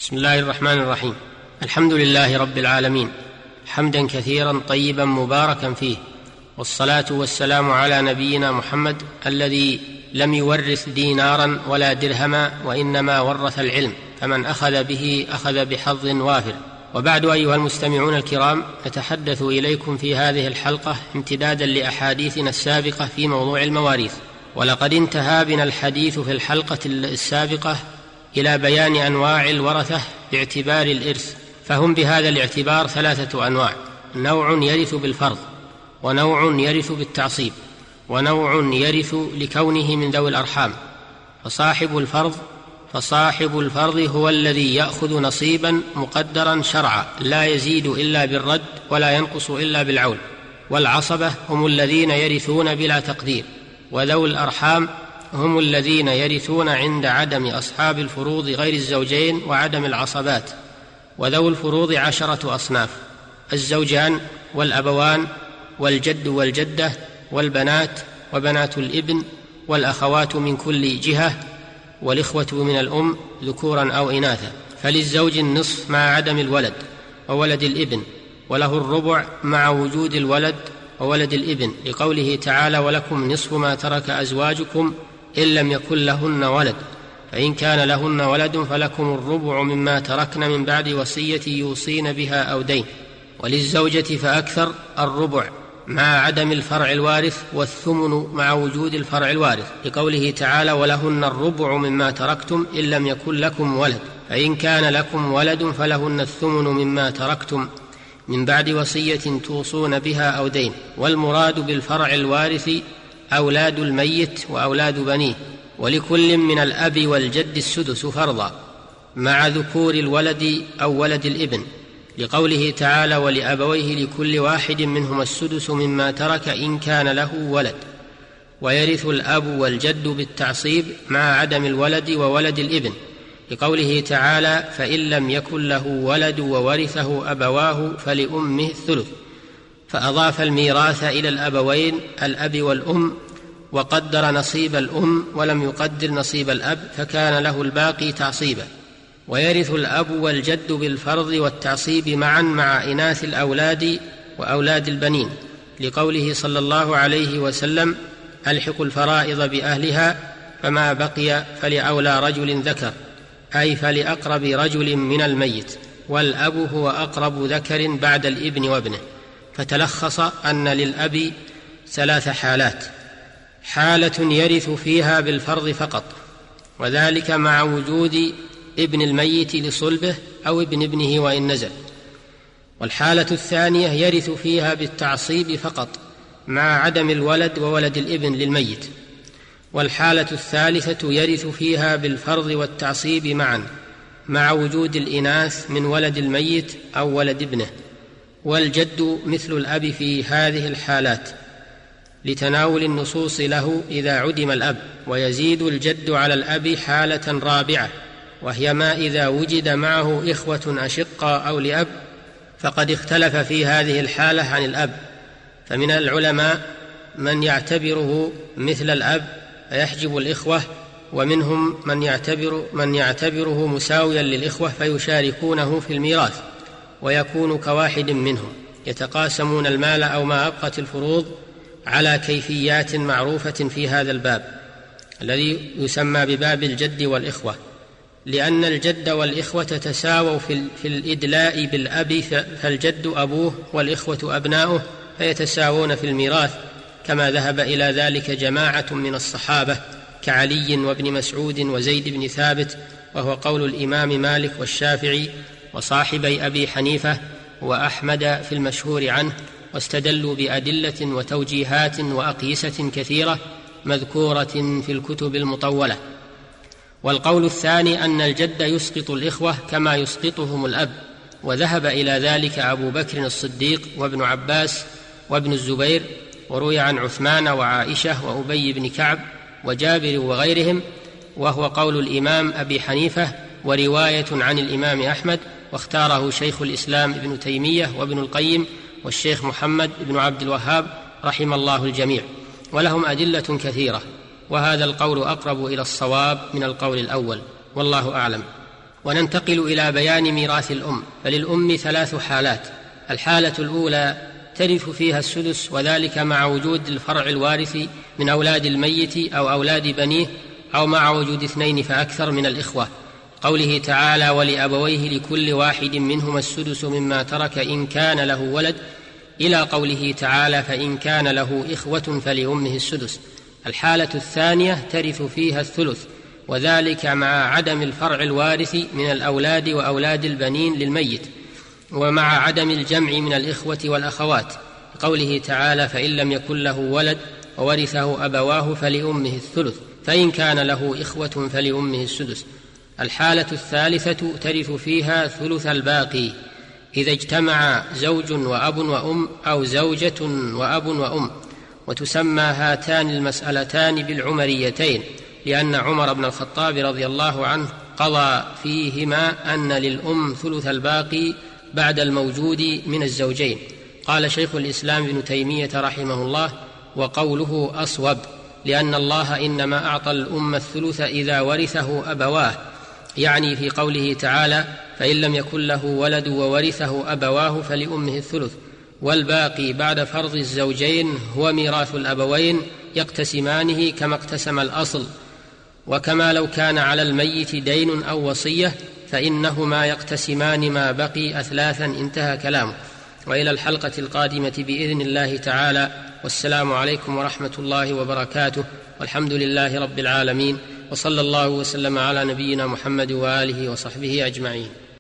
بسم الله الرحمن الرحيم. الحمد لله رب العالمين، حمدا كثيرا طيبا مباركا فيه، والصلاة والسلام على نبينا محمد الذي لم يورث دينارا ولا درهما، وإنما ورث العلم، فمن أخذ به أخذ بحظ وافر. وبعد، أيها المستمعون الكرام، نتحدث إليكم في هذه الحلقة امتدادا لأحاديثنا السابقة في موضوع المواريث. ولقد انتهى بنا الحديث في الحلقة السابقة إلى بيان أنواع الورثة باعتبار الإرث، فهم بهذا الاعتبار 3 أنواع: نوع يرث بالفرض، ونوع يرث بالتعصيب، ونوع يرث لكونه من ذوي الأرحام. فصاحب الفرض هو الذي يأخذ نصيبا مقدرا شرعا لا يزيد إلا بالرد ولا ينقص إلا بالعول. والعصبة هم الذين يرثون بلا تقدير. وذوي الأرحام هم الذين يرثون عند عدم أصحاب الفروض غير الزوجين وعدم العصبات. وذوي الفروض 10 أصناف: الزوجان، والأبوان، والجد والجدة، والبنات، وبنات الابن، والأخوات من كل جهة، والإخوة من الأم ذكورا أو إناثا. فللزوج النصف مع عدم الولد وولد الابن، وله الربع مع وجود الولد وولد الابن، لقوله تعالى: ولكم نصف ما ترك أزواجكم إن لم يكن لهن ولد، فإن كان لهن ولد فلكم الربع مما تركن من بعد وصية يوصين بها أو دين. وللزوجة فأكثر الربع مع عدم الفرع الوارث، والثمن مع وجود الفرع الوارث، لقوله تعالى: ولهن الربع مما تركتم إن لم يكن لكم ولد، فإن كان لكم ولد فلهن الثمن مما تركتم من بعد وصية توصون بها أو دين. والمراد بالفرع الوارث أولاد الميت وأولاد بنيه، ولكل من الأب والجد السدس فرضا مع ذكور الولد أو ولد الابن، لقوله تعالى: ولأبويه لكل واحد منهما السدس مما ترك إن كان له ولد. ويرث الأب والجد بالتعصيب مع عدم الولد وولد الابن، لقوله تعالى: فإن لم يكن له ولد وورثه أبواه فلأمه الثلث. فأضاف الميراث إلى الأبوين الأب والأم، وقدر نصيب الأم ولم يقدر نصيب الأب، فكان له الباقي تعصيبا. ويرث الأب والجد بالفرض والتعصيب معا مع إناث الأولاد وأولاد البنين، لقوله صلى الله عليه وسلم: ألحقوا الفرائض بأهلها، فما بقي فلأولى رجل ذكر، أي فلأقرب رجل من الميت، والأب هو أقرب ذكر بعد الابن وابنه. فتلخص أن للأب 3 حالات: حالة يرث فيها بالفرض فقط، وذلك مع وجود ابن الميت لصلبه أو ابن ابنه وإن نزل. والحالة الثانية يرث فيها بالتعصيب فقط مع عدم الولد وولد الابن للميت. والحالة الثالثة يرث فيها بالفرض والتعصيب معا مع وجود الإناث من ولد الميت أو ولد ابنه. والجد مثل الأب في هذه الحالات لتناول النصوص له إذا عدم الأب. ويزيد الجد على الأب حالة رابعة، وهي ما إذا وجد معه إخوة أشقاء أو لأب، فقد اختلف في هذه الحالة عن الأب. فمن العلماء من يعتبره مثل الأب فيحجب الإخوة، ومنهم من يعتبره مساويا للإخوة فيشاركونه في الميراث، ويكون كواحد منهم، يتقاسمون المال أو ما أبقت الفروض على كيفيات معروفة في هذا الباب الذي يسمى بباب الجد والإخوة، لأن الجد والإخوة تساووا في الإدلاء بالأب، فالجد أبوه والإخوة أبناؤه، فيتساوون في الميراث، كما ذهب إلى ذلك جماعة من الصحابة كعلي وابن مسعود وزيد بن ثابت، وهو قول الإمام مالك والشافعي وصاحبي أبي حنيفة وأحمد في المشهور عنه، واستدلوا بأدلة وتوجيهات وأقيسة كثيرة مذكورة في الكتب المطولة. والقول الثاني أن الجد يسقط الإخوة كما يسقطهم الأب، وذهب إلى ذلك أبو بكر الصديق وابن عباس وابن الزبير، وروي عن عثمان وعائشة وأبي بن كعب وجابر وغيرهم، وهو قول الإمام أبي حنيفة ورواية عن الإمام أحمد، واختاره شيخ الإسلام ابن تيمية وابن القيم والشيخ محمد بن عبد الوهاب رحم الله الجميع، ولهم أدلة كثيرة، وهذا القول أقرب إلى الصواب من القول الأول، والله أعلم. وننتقل إلى بيان ميراث الأم. فللأم 3 حالات. الحالة الأولى ترث فيها السدس، وذلك مع وجود الفرع الوارث من أولاد الميت أو أولاد بنيه، أو مع وجود 2 فأكثر من الإخوة، قوله تعالى: ولأبويه لكل واحد منهما السدس مما ترك إن كان له ولد، إلى قوله تعالى: فإن كان له إخوة فلأمه السدس. الحالة الثانية ترث فيها الثلث، وذلك مع عدم الفرع الوارث من الأولاد وأولاد البنين للميت، ومع عدم الجمع من الإخوة والأخوات، قوله تعالى: فإن لم يكن له ولد وورثه أبواه فلأمه الثلث، فإن كان له إخوة فلأمه السدس. الحالة الثالثة ترث فيها ثلث الباقي إذا اجتمع زوج وأب وأم أو زوجة وأب وأم، وتسمى هاتان المسألتان بالعمريتين، لأن عمر بن الخطاب رضي الله عنه قضى فيهما أن للأم ثلث الباقي بعد الموجود من الزوجين. قال شيخ الإسلام ابن تيمية رحمه الله: وقوله أصوب، لأن الله إنما أعطى الأم الثلث إذا ورثه أبواه، يعني في قوله تعالى: فإن لم يكن له ولد وورثه أبواه فلأمه الثلث، والباقي بعد فرض الزوجين هو ميراث الأبوين يقتسمانه كما اقتسم الأصل، وكما لو كان على الميت دين أو وصية فإنهما يقتسمان ما بقي أثلاثا. انتهى كلامه. وإلى الحلقة القادمة بإذن الله تعالى، والسلام عليكم ورحمة الله وبركاته، والحمد لله رب العالمين، وصلى الله وسلم على نبينا محمد وآله وصحبه أجمعين.